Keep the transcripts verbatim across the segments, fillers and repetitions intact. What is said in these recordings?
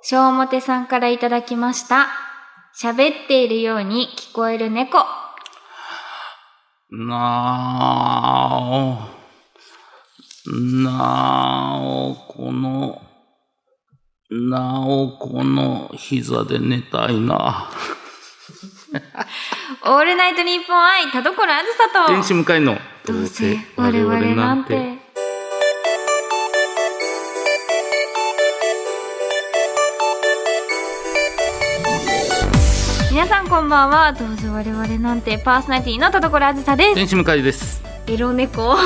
小表さんからいただきました。喋っているように聞こえる猫。 なお、なお、この、なお、この膝で寝たいな。 オールナイトニッポン愛、田所あずさと天使向かいのどうせ我々なんて。皆さんこんばんは。どうせ我々なんて、パーソナリティの田所あずさです。 天使向かいです。 エロ猫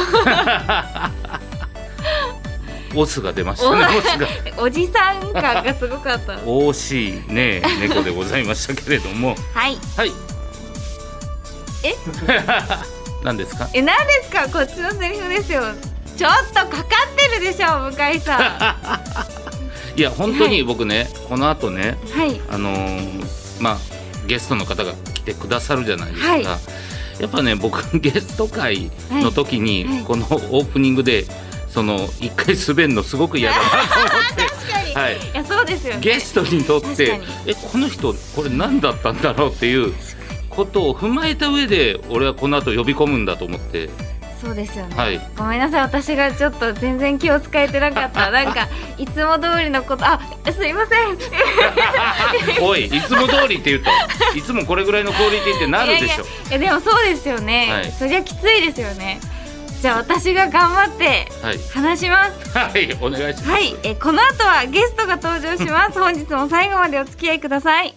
オスが出ましたね。オスがおじさん感がすごかった惜しいね猫でございましたけれどもはいはいえ何ですかえ何ですかこっちのセリフですよ。ちょっとかかってるでしょ向井さんいや本当に僕ね、はい、この後ね、 はい、 あのー、まあゲストの方が来てくださるじゃないですか、はい、やっぱね僕ゲスト会の時に、はいはい、このオープニングでその一回滑るのすごく嫌だなと思って確かに、 はい、 いやそうですよね。 ゲストにとってえこの人これ何だったんだろうっていうことを踏まえた上で俺はこの後呼び込むんだと思って。 そうですよね、 はい、 ごめんなさい私がちょっと全然気を使えてなかったなんかいつも通りのことあすいませんおいいつも通りって言うといつもこれぐらいのクオリティってなるでしょ。 いやいやいやでもそうですよね、はい、そりゃきついですよね。じゃあ私が頑張って話します。 はい、はい、お願いします。 はい、えこの後はゲストが登場します本日も最後までお付き合いください。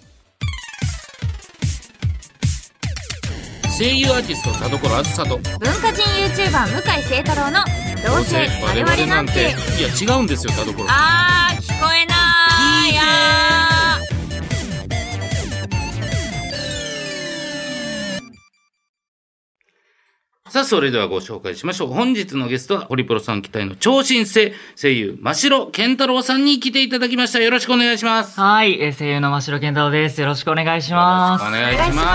声優アーティスト田所あずさと文化人 YouTuber 向井聖太郎のどうせ我々なんて。 いや違うんですよ田所。 あー聞こえないやさあそれではご紹介しましょう。本日のゲストはホリプロさん期待の超新星声優真城健太郎さんに来ていただきました。よろしくお願いします。 はい、え声優の真城健太郎です。よろしくお願いします。 よろしくお願いします。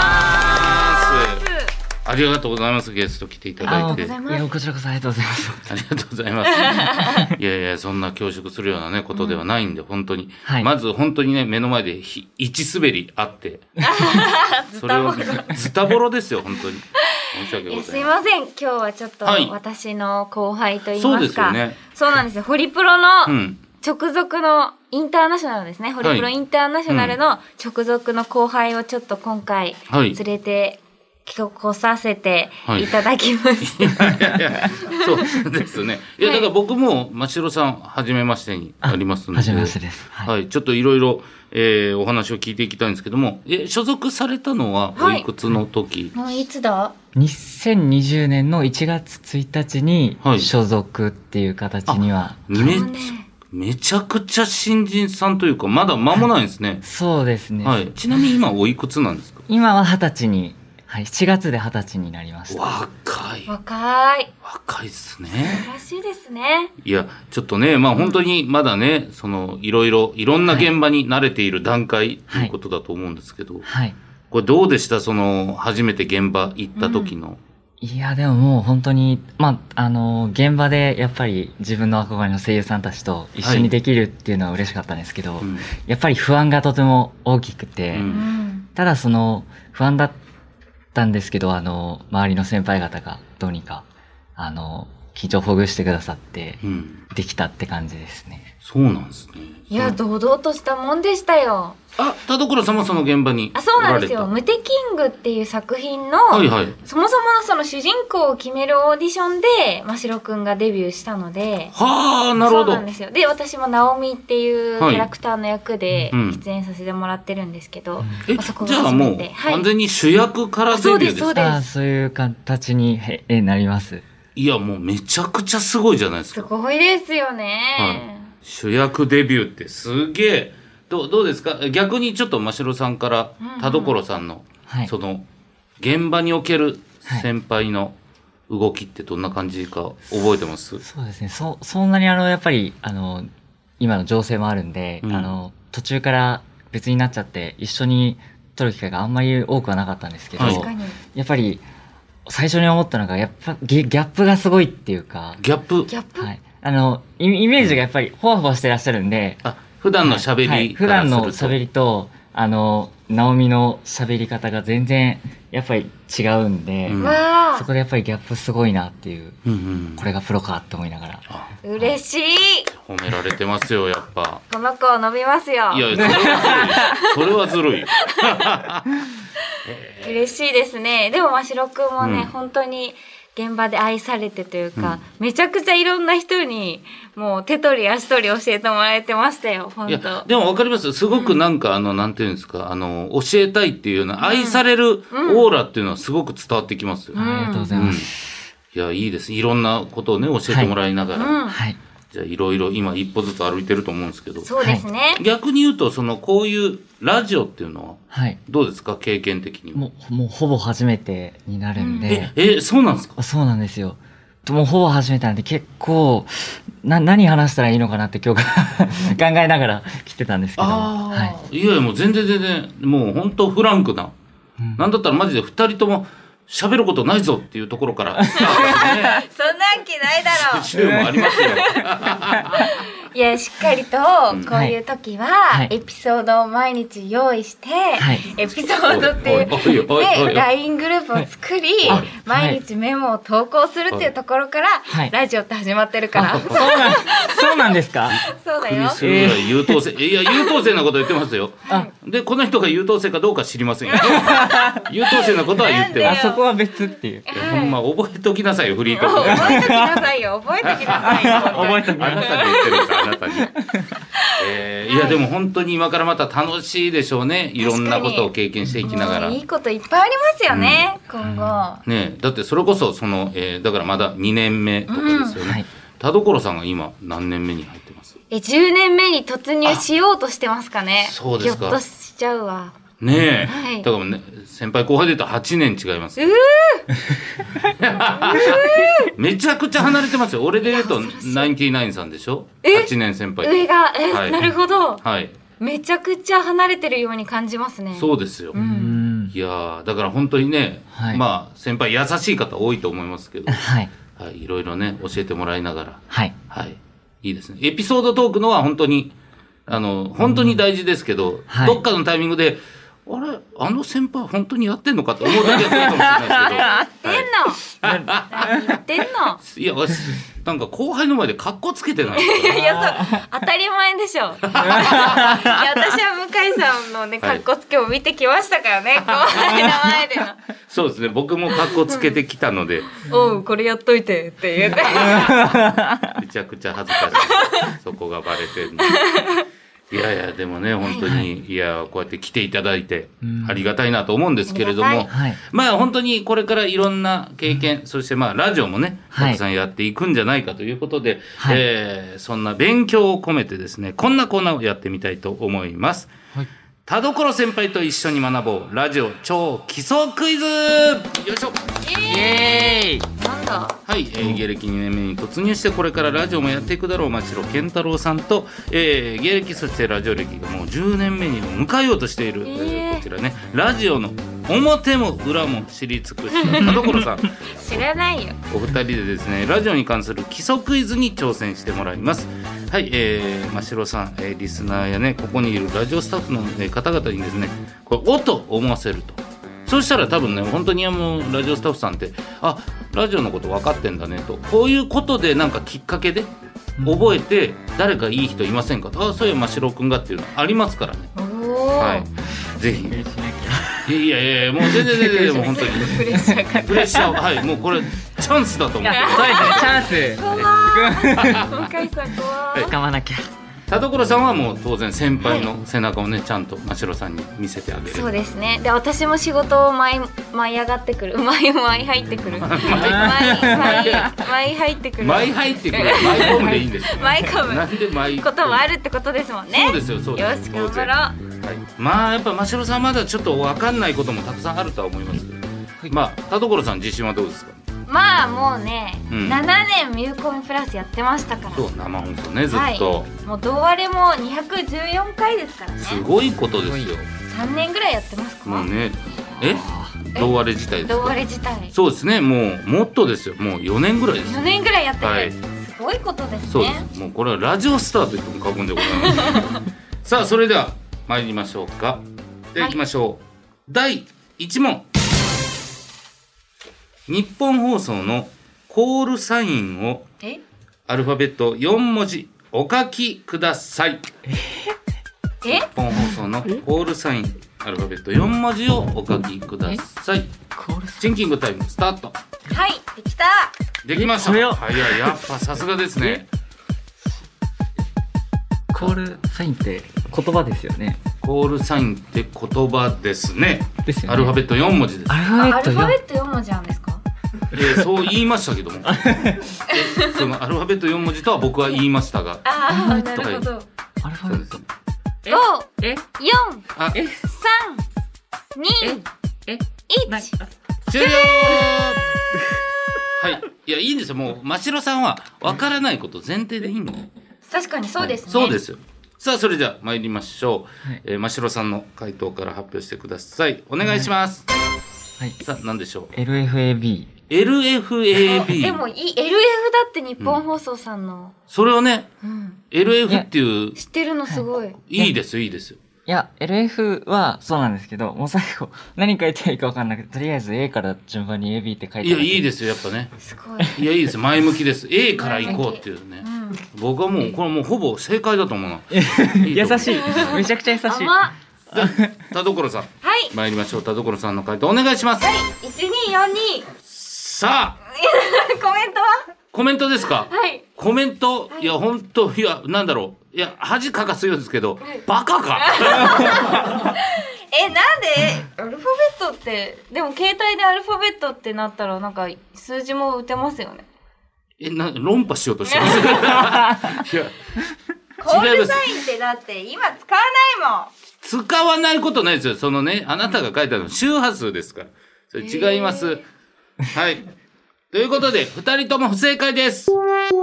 ありがとうございます。ゲスト来ていただいて。 いやこちらこそありがとうございます。 ありがとうございます。いやいやそんな恐縮するようなねことではないんで、うん、本当に、はい、まず本当にね目の前で一滑りあってそれをズタボロですよ本当に。申し訳ございません。 すいません今日はちょっと私の後輩といいますか、 はい、そうですよね。 そうなんですよ。ホリプロの直属のインターナショナルですね、うん、ホリプロインターナショナルの直属の後輩をちょっと今回連れて来させていただきました、はい、いやいやいやそうですね。いやだから僕も真城さん初めましてになりますので、 初めましてです、 はいはい、ちょっといろいろお話を聞いていきたいんですけども、え所属されたのはおいくつの時？ はい、いつだにせんにじゅうねんのいちがつついたちに所属っていう形には、 はい、め, めちゃくちゃ新人さんというかまだ間もないんですね、はい、 そうですね、 はい、ちなみに今おいくつなんですか？ 今ははたちに、はい、しちがつではたちになりました。 若い若い若いですね。 素晴らしいですね。 いやちょっとねまあ本当にまだねそのいろいろいろんな現場に慣れている段階ということだと思うんですけど、はいはい、これどうでしたその初めて現場行った時の、 うん、いやでももう本当にまああの現場でやっぱり自分の憧れの声優さんたちと一緒にできるっていうのは嬉しかったんですけど、はい、やっぱり不安がとても大きくて、うん、ただその不安だったんですけどあの周りの先輩方がどうにかあの緊張をほぐしてくださって、うん、できたって感じですね。 そうなんですね。 いや堂々としたもんでしたよ。 あ、田所さんもその現場にあ、そうなんですよ。ムテキングっていう作品の、はいはい、そもそものその主人公を決めるオーディションで真城くんがデビューしたので、 はあ、なるほど。 そうなんですよ。で私も直美っていうキャラクターの役で出演させてもらってるんですけど、 うんまあ、そこが初めて。じゃあもう、はい、完全に主役からデビューですか？ そうですそうです。 そういう形にえなります。 いやもうめちゃくちゃすごいじゃないですか。 すごいですよね、 はい、主役デビューってすげえ。どう、どうですか？逆にちょっと真城さんから田所さんの、うんうん、その現場における先輩の動きってどんな感じか覚えてます？ はい、そうですね。そそんなにあのやっぱりあの今の情勢もあるんで、うん、あの途中から別になっちゃって一緒に撮る機会があんまり多くはなかったんですけど、はい、やっぱり最初に思ったのがやっぱギャップがすごいっていうか。 ギャップ？ ギャップ？ はい。あのイメージがやっぱりほわほわしてらっしゃるんで、 あ普段の喋り、はいはい、 普段の喋りとあの直美の喋り方が全然やっぱり違うんで、うん、そこでやっぱりギャップすごいなっていう、うんうん、これがプロかって思いながら。 嬉しい。 褒められてますよ、やっぱ。 この子伸びますよ。 いや、それはずるい。それはずるい。嬉しいですね。でも真城くんもね、うん、本当に現場で愛されてというか、うん、めちゃくちゃいろんな人にもう手取り足取り教えてもらえてましたよ、本当。いやでも分かります。すごくなんか、うん、あのなんていうんですか、あの教えたいっていうような、うん、愛されるオーラっていうのはすごく伝わってきますよ、 うん、ありがとうございます、 うん、いやいいです。いろんなことをね教えてもらいながら、はい、はい、じゃあいろいろ今一歩ずつ歩いてると思うんですけど。 そうですね。 逆に言うとそのこういうラジオっていうのはどうですか、経験的にもう。もうほぼ初めてになるんで。 うん、ええそうなんですか。 そうなんですよ。もうほぼ初めてなんで結構な何話したらいいのかなって今日考えながら来てたんですけど。 あ、はい、いやいやもう全然全然もう本当フランクな、うん、なんだったらマジでふたりとも喋ることないぞっていうところからスタートですね。 そんなわけないだろう。 週もありますよ。 いやしっかりとこういう時はエピソードを毎日用意して、はい、エピソードっていうね ライン グループを作り、毎日メモを投稿するっていうところから、はい、ラジオって始まってるから。 そうなんそうなんですか。 そうだよ。 えー、優等生いや優等生なこと言ってますよ。でこの人が優等生かどうか知りませんよ。優等生なことは言ってます。 そこは別っていう。 ほんま覚えときなさいよフリートーク。 覚えときなさいよ覚えときなさいよ。 覚えときなさい。 あなたが言ってるんですあなたに。えー、いやでも本当に今からまた楽しいでしょうね。いろんなことを経験していきながら。 いいこといっぱいありますよね、うん、今後。ねだってそれこそその、えー、だからまだにねんめとかですよね。うんはい、田所さんが今何年目に入ってます？ えじゅうねんめに突入しようとしてますかね。 そうですか。 ぎょっとしちゃうわ。 ねえ、はい、だからね先輩後輩で言うとはちねん違います。うーめちゃくちゃ離れてますよ。俺で言うとナインティナインさんでしょ。はちねん先輩。 上がえ、はい、なるほど。 はい。 めちゃくちゃ離れてるように感じますね。 そうですよ。うん、いやだから本当にね、はい、まあ先輩優しい方多いと思いますけど、はい、はい、いろいろね教えてもらいながら、はい、はい、いいですね。エピソードトークのは本当にあの本当に大事ですけど、うんはい、どっかのタイミングで。あれあの先輩本当にやってんのかと思うだけだったかもしれないですけど。 やってんの、はい、何言ってんの。 いやなんか後輩の前でカッコつけてない。 いやそう当たり前でしょ。いや私は向井さんのねカッコつけを見てきましたからね、はい、後輩の前での。そうですね僕もカッコつけてきたので。 おうこれやっといてって言って。 めちゃくちゃ恥ずかしい。そこがバレてるの。いやいやでもね本当に、はいはい、いやこうやって来ていただいてありがたいなと思うんですけれども、はい、まあ本当にこれからいろんな経験、うん、そしてまあラジオもねたくさんやっていくんじゃないかということで、はい、えー、そんな勉強を込めてですねこんなコーナーをやってみたいと思います。はい、田所先輩と一緒に学ぼうラジオ超基礎クイズ。よいしょ。 イエーイ。なんだ。 はい、えー、芸歴にねんめに突入してこれからラジオもやっていくだろう真城健太郎さんと、えー、芸歴そしてラジオ歴がもうじゅうねんめに迎えようとしている、えー、こちらねラジオの表も裏も知り尽くした田所さん知らないよ。 お二人でですねラジオに関する基礎クイズに挑戦してもらいます。はい、えー、真城さん、えー、リスナーやねここにいるラジオスタッフの、ね、方々にですねこれ音思わせると。そうしたら多分ね本当にもうラジオスタッフさんってあラジオのこと分かってんだねとこういうことでなんかきっかけで覚えて、うん、誰かいい人いませんかとあそういう真城くんがっていうのありますからね。はい、ぜひいやいやいやもう全然全然もう本当にプレッシャープレッシャーはいもうこれチャンスだと思ってチャンス怖い向井さん怖い掴まなきゃ。 田所さんはもう当然先輩の背中をねちゃんと真城さんに見せてあげる。 そうですね。で私も仕事を舞い舞い上がってくる舞い舞い入ってくる舞い舞い舞い入ってくる舞い入ってくる舞い込むでいいんですよ。 舞い込むなんで舞いこともあるってことですもんね。 そうですよそうです。 よし頑張ろう。 はい、まあやっぱ真城さんまだちょっと分かんないこともたくさんあるとは思いますけど、はい、まあ田所さん自信はどうですか。 まあもうね、うん、ななねんミューコンプラスやってましたから。 そう生放送ねずっと、はい、 もう同割れもにひゃくじゅうよんかいですからね。 すごいことですよ。 さんねんぐらいやってますか。 もうねえ同割れ自体ですか。 同割れ自体そうですねもうもっとですよもうよねんぐらいですよ。 よねんぐらいやってる、はい、すごごいことですね。 そうです。もうこれはラジオスターと言っても過言でございます。さあそれでは参りましょうか。では行きましょう。はい、だいいち問。日本放送のコールサインをアルファベットよんもじお書きください。 え？ 日本放送のコールサインアルファベットよんもじをお書きください。シンキングタイムスタート。 はい、できた。 できました。早い、やっぱさすがですね。 コールサインって言葉ですよね。 コールサインって言葉ですね。 ですよね。 アルファベットよんもじです。 アルファベットよん, アルファベットよん文字なんですか？ えー、そう言いましたけどもえそのアルファベットよんもじとは僕は言いましたが。 ああ、なるほど。 アルファベットご、 え、 よん、 あ、 さん、に、 え、 いち。 終了はい。いや、いいんですよ。もう真城さんは分からないこと前提でいいの。 確かにそうですね。 そうですよ。さあそれじゃあ参りましょう。 はい、 えー、真城さんの回答から発表してください。お願いします。 はい。 さあ何でしょう。 エルエフエービー。 エルエフエービー。 でもい エルエフ だって日本放送さんの。うん、 それをね、 うん、 エルエフ っていう知ってるのすごい。 いいですいいですよ。 いや、エルエフ はそうなんですけど、もう最後、何書いていいか分かんなくて、とりあえず A から順番に エービー って書いて。 いや、いいですよ、やっぱね。 すごい。 いや、いいです。前向きです。A から行こうっていうね。うん、僕はもう、これもうほぼ正解だと思うな。 いい優しい。めちゃくちゃ優しい。 田所さん。 はい。 参りましょう。田所さんの回答お願いします。 はい。いちにーよんに。 さあ。 コメントはコメントですか。 はい。 コメント、はい、いや、本当いや、なんだろう。いや、恥かかすようですけど、はい、バカかえ、なんでアルファベットって、でも携帯でアルファベットってなったらなんか数字も打てますよね。 え、な、論破しようとしてますいや、 コールサインってだって今使わないもん。 使わないことないですよ。そのね、あなたが書いたの周波数ですから。それ違います。はい。ということで、二人とも不正解です。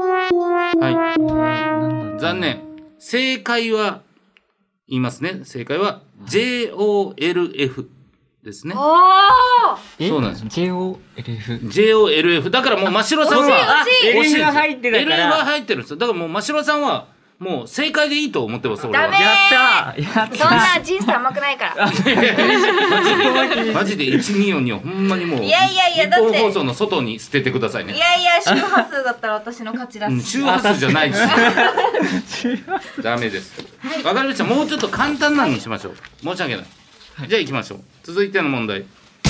はい。残念。正解は、言いますね。正解は、ジェイオーエルエフ ですね。 ああそうなんです。 ジェイオーエルエフ。 ジェイオーエルエフ。だからもう、真城さんは、 惜しい惜しい。 エルエフ が入ってたから。 エルエフ が入ってるんですよ。だからもう、真城さんは、もう正解でいいと思ってます、俺は。 ダメーやったーやったーそんな人生甘くないから。 マジでいちにーよんにはほんまにもう、 いやいやいや、だって。 日本放送の外に捨ててくださいね。 いやいや、周波数だったら私の勝ちだし。 周波数じゃないです。ダメです。わかりました。もうちょっと簡単なのにしましょう。申し訳ない。じゃあ行きましょう。続いての問題。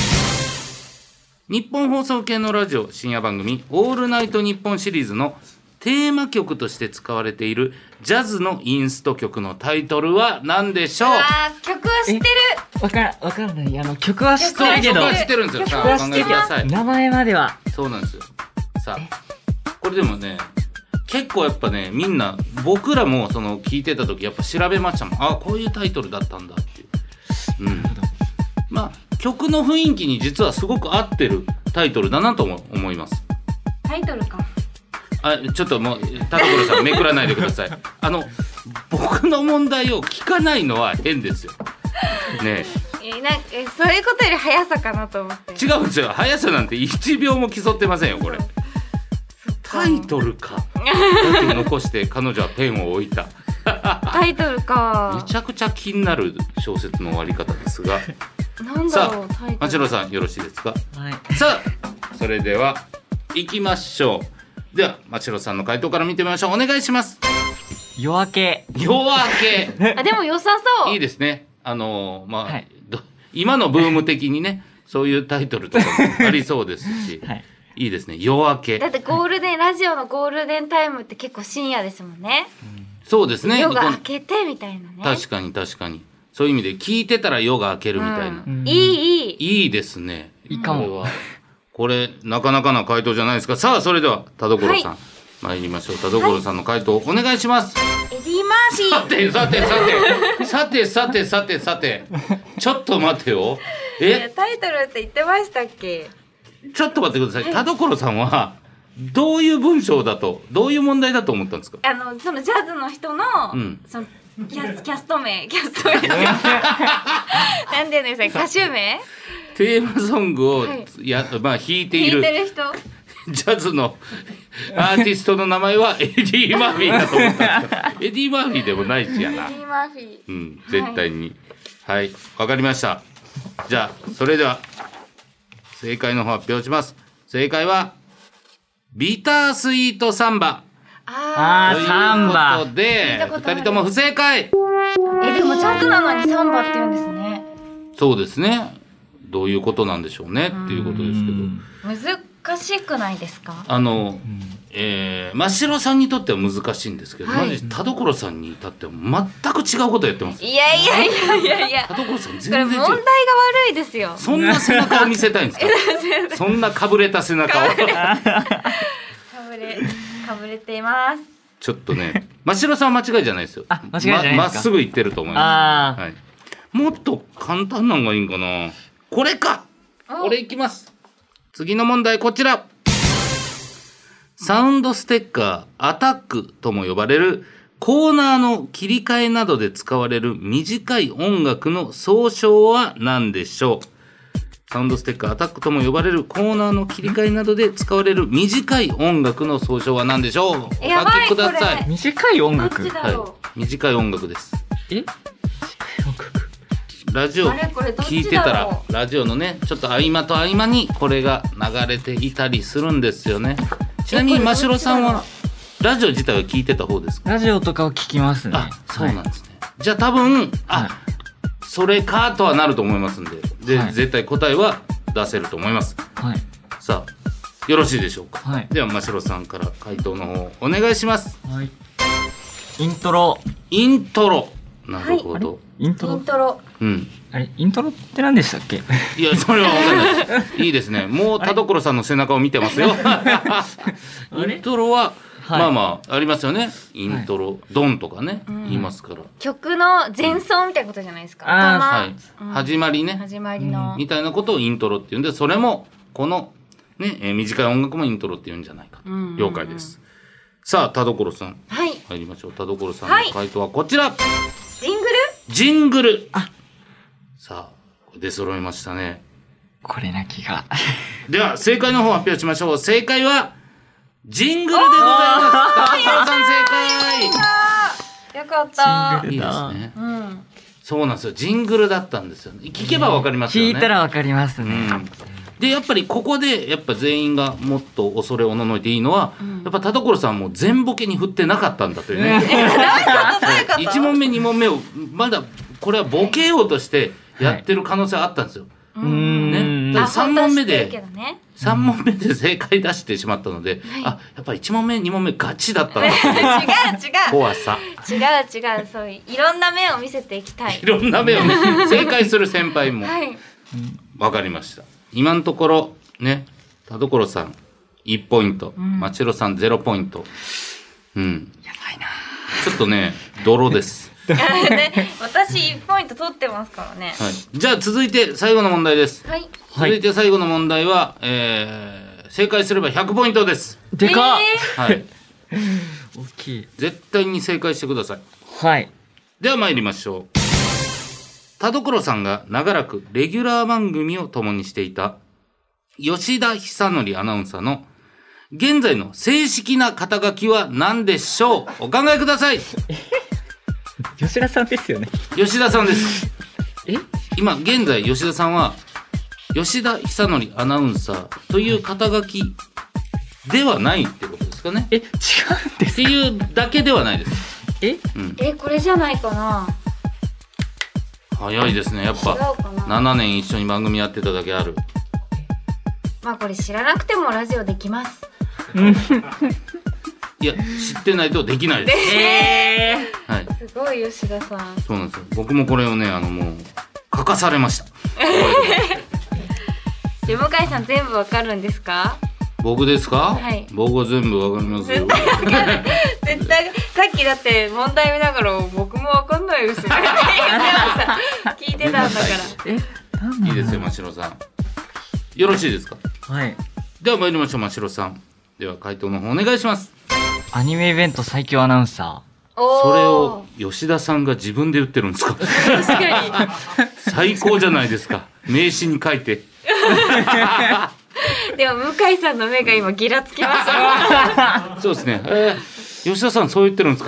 日本放送系のラジオ深夜番組オールナイトニッポンシリーズのテーマ曲として使われているジャズのインスト曲のタイトルは何でしょう。 あー、曲は知ってる。 わかん、わかんない。あの、曲は知ってるけど。 曲は知ってるんですよ。さあ、お考えください。 名前までは。 そうなんですよ。さあ、これでもね、結構やっぱね、みんな、僕らもその聞いてた時やっぱ調べましたもん。あ、こういうタイトルだったんだっていう。うん。まあ、曲の雰囲気に実はすごく合ってるタイトルだなとも思います。 タイトルか。 あ、ちょっともう田所さんめくらないでください。あの僕の問題を聞かないのは変ですよ。ねえ。え、なんかそういうことより速さかなと思って。 違うんですよ。速さなんていちびょうも競ってませんよこれ。タイトルか。だって残して彼女はペンを置いた。 タイトルか。 めちゃくちゃ気になる小説の終わり方ですが。 なんだろう。 さあ、真城さんよろしいですか。 はい。 さあ、それでは行きましょう。では真城さんの回答から見てみましょう。お願いします。 夜明け。 夜明け。 あ、でも良さそう。 いいですね。あのー、まあ、 はい、 今のブーム的にね、そういうタイトルとかもありそうですし、はい、いいですね。夜明け。 だってゴールデンラジオのゴールデンタイムって結構深夜ですもんね。 うん、そうですね。 夜が明けてみたいなね。 確かに確かに。そういう意味で聞いてたら夜が明けるみたいな。 うん、いいいい。 いいですね。 いいかも。 これなかなかな回答じゃないですか。さあそれでは田所さん、はい、参りましょう。田所さんの回答、はい、お願いします。 エディ・マーフィー。 さてさてさてさてさてさてさてちょっと待てよ。 え、タイトルって言ってましたっけ。 ちょっと待ってください。はい、田所さんはどういう文章だと、どういう問題だと思ったんですか。 あのそのジャズの人の、うん、そのキャスキャスト名キャスト名なんていうんですか、歌手名。 テーマソングをや、はい、まあ弾いている弾いてる人ジャズのアーティストの名前はエディ・マーフィーだと思ったんですがエディ・マーフィーでもないしやな。 エディ・マーフィー。 うん、絶対に。はい、わかりました。じゃあ、それでは、正解の方発表します。正解は、ビタースイートサンバ。 あー、サンバ。 ということで、二人とも不正解。 え、でもジャズなのにサンバって言うんですね。 そうですね。どういうことなんでしょうねっていうことですけど。 難しくないですか？ あの、うん、えー、真城さんにとっては難しいんですけど、はい、マジ田所さんに至っては全く違うことやってます。 いやいやいやいやいや。 田所さん全然違う。 これ問題が悪いですよ。 そんな背中を見せたいんですか？そんなかぶれた背中を。かぶれ、 かぶれています。 ちょっとね、真城さんは間違いじゃないですよ。 あ、間違いじゃないですか。 ま、まっすぐ行ってると思います。はい。もっと簡単なのがいいんかな。これか。これいきます。次の問題こちら。サウンドステッカーアタックとも呼ばれるコーナーの切り替えなどで使われる短い音楽の総称は何でしょう？サウンドステッカーアタックとも呼ばれるコーナーの切り替えなどで使われる短い音楽の総称は何でしょう？お書きください。 短い音楽。 はい。短い音楽です。 え？短い音楽。 ラジオ聞いてたらラジオのねちょっと合間と合間にこれが流れていたりするんですよね。ちなみに真城さんはラジオ自体は聞いてた方ですか？ ラジオとかを聞きますね。 あ、そうなんですね。はい、じゃあ多分あ、はい、それかとはなると思いますんで、で、はい、絶対答えは出せると思います。 はい。 さあよろしいでしょうか。 はい。 では真城さんから回答の方お願いします。 はい。イントロ。 イントロ。なるほど。 はい、イントロ。 イントロ。 うん。 あれイントロって何でしたっけ？ いやそれは分かんないです。いいですね。もう田所さんの背中を見てますよ。イントロは、はい、まあまあありますよね。イントロ、はい、ドンとかね、うん、言いますから。 曲の前奏みたいなことじゃないですか。 あ、はい、うん、始まりね。 始まりのみたいなことをイントロって言うんで、それもこのね、えー、短い音楽もイントロって言うんじゃないかと。了解です。さあ田所さん、 はい、 入りましょう。田所さんの回答はこちら。はい、 ジングル？ ジングル。あ、さあ出揃いましたね。 これな気が。 では正解の方発表しましょう。正解はジングルでございます。田所さん正解。 よかった。 いいですね。うん。そうなんですよ。ジングルだったんですよね。聞けばわかりますよね。 聞いたらわかりますね。うん、 でやっぱりここでやっぱ全員がもっと恐れおののいていいのは、うん、やっぱ田所さんも全ボケに振ってなかったんだというね。いち問目に問目をまだこれはボケようとしてやってる可能性はあったんですよ。 はい、ね。 ださん問目でさん問目で正解出してしまったので、うん、あやっぱりいち問目に問目ガチだったんだという違う違う怖さ。 違う違うそういういろんな面を見せていきたい。 いろんな面を、ね、正解する先輩もわかりました。今のところね田所さんいちポイント、真城さんゼロポイント。うん。 やばいな。 ちょっとね泥です。 ね、私いちポイント取ってますからね。 はい、じゃあ続いて最後の問題です。 はい。 続いて最後の問題は、えー、正解すればひゃくポイントです。 でかっ、 えー、はい。 大きい。 絶対に正解してください。 はい。 では参りましょう。田所さんが長らくレギュラー番組を共にしていた吉田久典アナウンサーの現在の正式な肩書きは何でしょう？お考えください。 吉田さんですよね。 吉田さんです。 え？ 今現在吉田さんは吉田久典アナウンサーという肩書きではないってことですかね。 え、違うんですか？ っていうだけではないです。 え？ うん、え、これじゃないかな。 早いですね。やっぱななねん一緒に番組やってただけある。 まあこれ知らなくてもラジオできます。 いや知ってないとできないです。 えー、はい。 すごい吉田さん。 そうなんですよ。僕もこれをねあのもう書かされました。 で向井さん全部わかるんですか？ 僕ですか？ はい。 僕は全部わかりますよ。 絶対わかる。絶対さっきだって問題見ながら僕もわかんないですね。聞いてたんだから。 え、 いいですよ真城さん。よろしいですか？ はい。 では参りましょう真城さん。では回答の方お願いします。 アニメイベント最強アナウンサー。それを吉田さんが自分で言ってるんですか？ 確かに。 最高じゃないですか。名刺に書いて。 でも向井さんの目が今ギラつきましたそうですね、えー、吉田さんそう言ってるんですか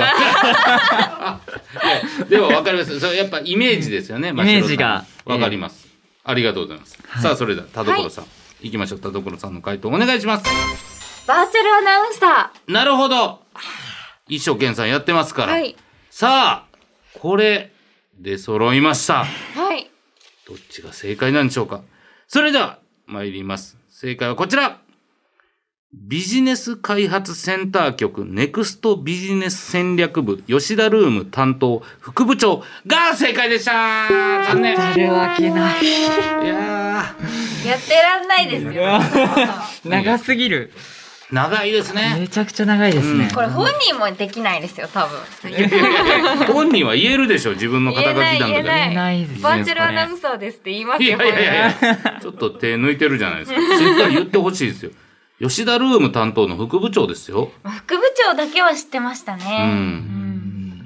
でも分かりますそれやっぱイメージですよね、 イメージが分かります、えー、ありがとうございます、はい、さあそれでは田所さん、はい、いきましょう。田所さんの回答お願いします。 バーチャルアナウンサー。なるほど、一生懸さんやってますから、はい、さあこれで揃いました。 はい。 どっちが正解なんでしょうか。それでは参ります。正解はこちら。ビジネス開発センター局ネクストビジネス戦略部吉田ルーム担当副部長が正解でした。残念。 当たるわけない。いややってらんないですよ。 長すぎる。 長いですね。 めちゃくちゃ長いですね。 うん、これ本人もできないですよ、多分。 いやいやいや本人は言えるでしょ、自分の肩書きなんだから。 言えない、言えないですね。バーチャルアナウンサーですって言いますよ。 いやいやいやいやちょっと手抜いてるじゃないですか。しっかり言ってほしいですよ。吉田ルーム担当の副部長ですよ。 副部長だけは知ってましたね。うん。うん、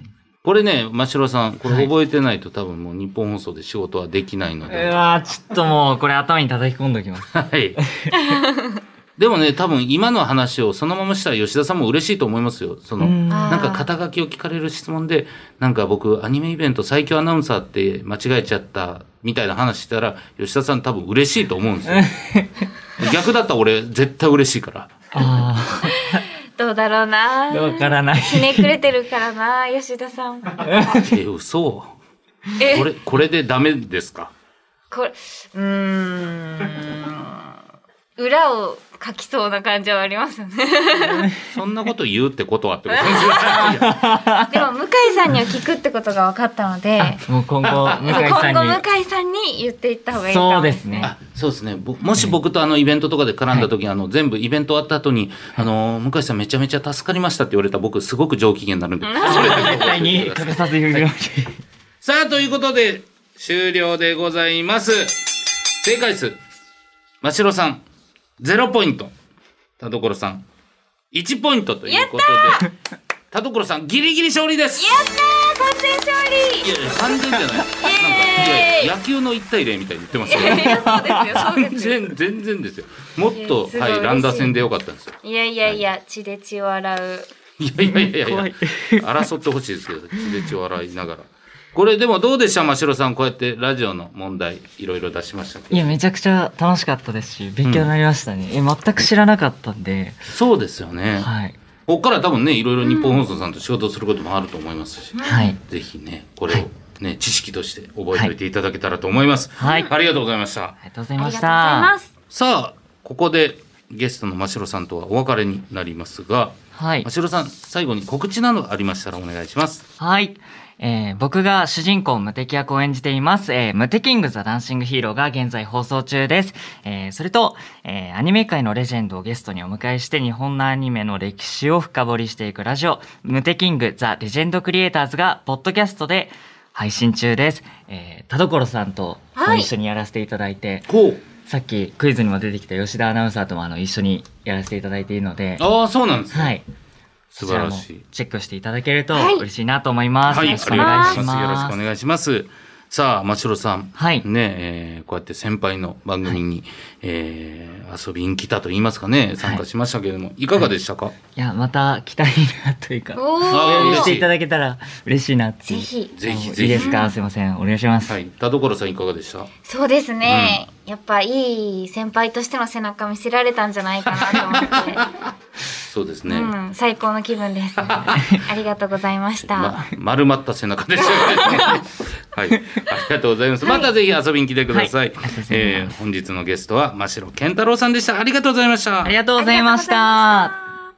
これね、真城さん、これ覚えてないと多分もう日本放送で仕事はできないので。 うわちょっともうこれ頭に叩き込んでおきます。 はい。でもね、多分今の話をそのまましたら吉田さんも嬉しいと思いますよ。その、なんか肩書きを聞かれる質問で、なんか僕アニメイベント最強アナウンサーって間違えちゃったみたいな話したら、吉田さん多分嬉しいと思うんですよ。逆だったら俺絶対嬉しいから。 あどうだろうな。 わからない。 ひねくれてるからな、吉田さん。 え、嘘。え、これ、これでダメですか？ これ、うーん。裏を書きそうな感じはありますよね。 そんなこと言うってことはってことですよ。 でも向井さんには聞くってことが分かったので、 もう今後向井さんに今後向井さんに言っていった方がいいかも。 そうですね。 あ、そうですね。もし僕とあのイベントとかで絡んだ時、はい、あの全部イベント終わった後にあの向井さんめちゃめちゃ助かりましたって言われたら僕すごく上機嫌になるんで。それ絶対に食べさせてくれる。 さあということで終了でございます。正解数真城さんゼロポイント、田所さんいちポイントということで、田所さんギリギリ勝利です。 やったー、完全勝利。 いやいや完全じゃない。なんかいや野球のいち対ゼロみたいに言ってますよ。 いやいやそうですよ、そうですよ。 全然全然ですよ。もっとはい乱打戦でよかったんですよ。 いやいやいや、はい、血で血を洗う。 いやいやいやいや争ってほしいですけど、血で血を洗いながら。これでもどうでした真城さん、こうやってラジオの問題いろいろ出しましたけど。 いやめちゃくちゃ楽しかったですし勉強になりましたね、うん、え全く知らなかったんで。 そうですよね、 はい、 ここから多分ねいろいろ日本放送さんと仕事することもあると思いますし、 はい、 ぜひねこれをね、はい、知識として覚えておいていただけたらと思います、 はい、 ありがとうございました。 ありがとうございました。 さあここでゲストの真城さんとはお別れになりますが、 はい、 真城さん最後に告知などありましたらお願いします。 はい、えー、僕が主人公無敵役を演じています、えー、ムテキングザダンシングヒーローが現在放送中です。えー、それと、えー、アニメ界のレジェンドをゲストにお迎えして日本のアニメの歴史を深掘りしていくラジオムテキングザレジェンドクリエイターズがポッドキャストで配信中です。えー、田所さんとも一緒にやらせていただいて、 はい、 さっきクイズにも出てきた吉田アナウンサーともあの一緒にやらせていただいているので。 ああそうなんですね。 はい、 素晴らしい。 チェックしていただけると嬉しいなと思います。 はい、 よろしくお願いします。 よろしくお願いします。さあ、真城さん。 はい。 ねえー、こうやって先輩の番組に、はい、えー、遊びに来たと言いますかね、参加しましたけれども、はい、いかがでしたか？ はい、いや、また来たいなというか、おーしていただけたら嬉しいなって。 ぜひ。 ぜひぜひ。 いいですか？すいません。お願いします。 はい。田所さんいかがでした？ そうですね。うん、やっぱいい先輩としての背中見せられたんじゃないかなと思って。 そうですね、うん、 最高の気分です。ありがとうございました。 ま、丸まった背中でしたね。はい、ありがとうございます。はい、またぜひ遊びに来てください。はい、えー、本日のゲストは真城健太郎さんでした。ありがとうございました。 ありがとうございました。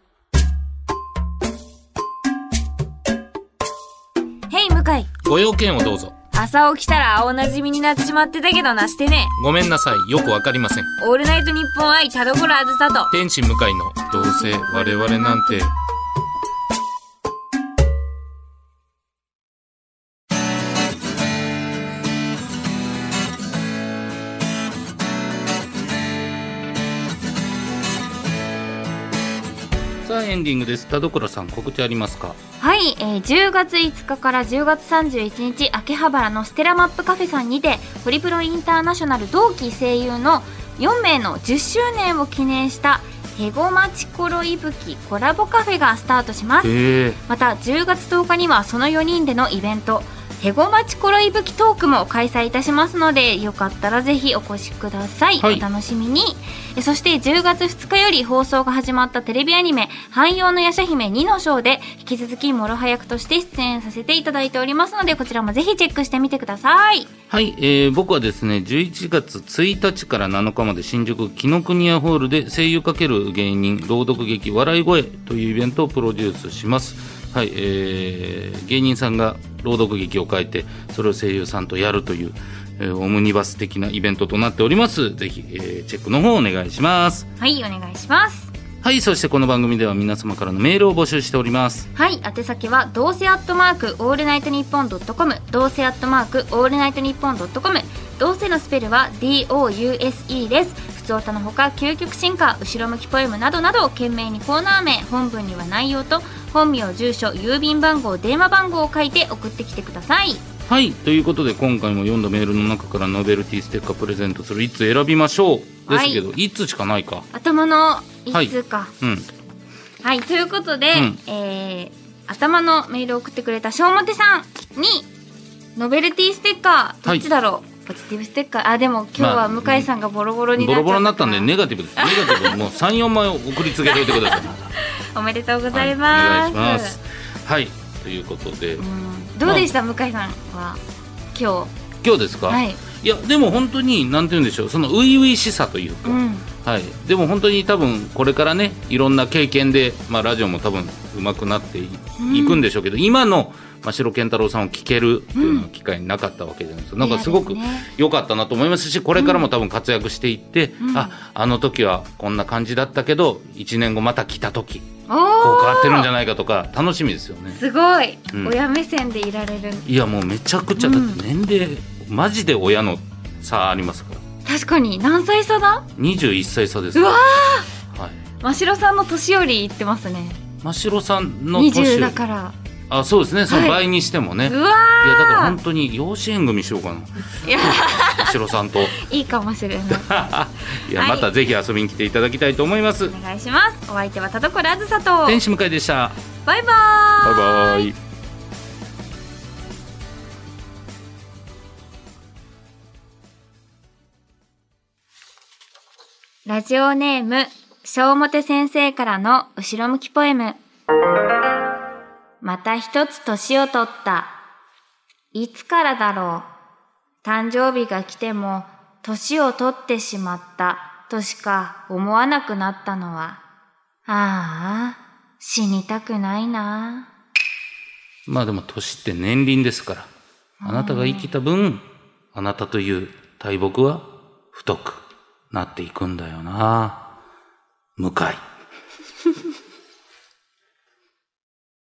へい向井。 ご用件をどうぞ。 朝起きたら青なじみになってしまってたけどなしてね。 ごめんなさい、よくわかりません。 オールナイトニッポン愛田所あずさと天使向かいのどうせ我々なんて。さあエンディングです。田所さん告知ありますか？ はい、えー、じゅうがついつかからじゅうがつさんじゅういちにち秋葉原のステラマップカフェさんにてホリプロインターナショナル同期声優のよんめいのじゅっしゅうねんを記念したへごまちころいぶきコラボカフェがスタートします。またじゅうがつとおかにはそのよにんでのイベントへごまちころいぶきトークも開催いたしますので、よかったらぜひお越しください、はい、お楽しみに。そしてじゅうがつふつかより放送が始まったテレビアニメ汎用の夜叉姫にの章で引き続き諸刃役として出演させていただいておりますので、こちらもぜひチェックしてみてください。 はい、えー、僕はですねじゅういちがつついたちからなのかまで新宿紀ノ国屋ホールで声優×芸人朗読劇笑い声というイベントをプロデュースします。はい、えー、芸人さんが朗読劇を書いてそれを声優さんとやるという、えー、オムニバス的なイベントとなっております。ぜひ、えー、チェックの方お願いします。 はい、お願いします。 はい、そしてこの番組では皆様からのメールを募集しております。 はい、宛先はどうせアットマークオールナイトニッポンドットコム、どうせアットマークオールナイトニッポンドットコム、どうせのスペルは ディーオーユーエスイー です。普通歌のほか究極進化、後ろ向きポエムなどなど懸命にコーナー名、本文には内容と本名、住所、郵便番号、電話番号を書いて送ってきてください。 はい、ということで今回も読んだメールの中からノベルティステッカープレゼントするいっつう選びましょうですけど、はい、いっつうしかないか、 頭のいっつうか、 はい、うん、 はい、ということで、うん、えー、頭のメールを送ってくれた小表さんにノベルティステッカーどっちだろう、はい、ポジティブステッカー、あ、でも今日は向井さんがボロボロになっちゃった、 ボロボロになったんでネガティブです。ネガティブもう さん,よん 枚送りつけておいてください。 おめでとうございます。 はい、お願いします。はい、ということで、 うん、どうでした、まあ、向井さんは今日。 今日ですか、はい、いやでも本当に何て言うんでしょう、その初々しさというか、うん、はい、でも本当に多分これからねいろんな経験で、まあ、ラジオも多分上手くなって い,、うん、いくんでしょうけど、今の真城健太郎さんを聞けるっていうのは機会なかったわけじゃないですか、うん、なんかすごく良かったなと思いますし、これからも多分活躍していって、うん、ああの時はこんな感じだったけどいちねんごまた来た時こう変わってるんじゃないかとか楽しみですよね。 すごい、うん、親目線でいられる。 いやもうめちゃくちゃ、だって年齢、うん、マジで親の差ありますから。 確かに。何歳差だ？ にじゅういっさい差です。 うわー、はい、真城さんの年よりいってますね。 真城さんの年にじゅうだから。 あ、そうですね、その倍にしてもね、はい、 うわいやだから本当に養子縁組しようかな。いや真城さんといいかもしれない。 いや、またぜひ遊びに来ていただきたいと思います。 お願いします。お相手は田所あずさと天使向井でした。 バイバーイ。 バイバイ。 ラジオネーム小表先生からの後ろ向きポエム。また一つ年を取った。いつからだろう。誕生日が来ても年を取ってしまったとしか思わなくなったのは、ああ、死にたくないな。 まあでも年って年輪ですから、あなたが生きた分、あなたという大木は太くなっていくんだよな。向井。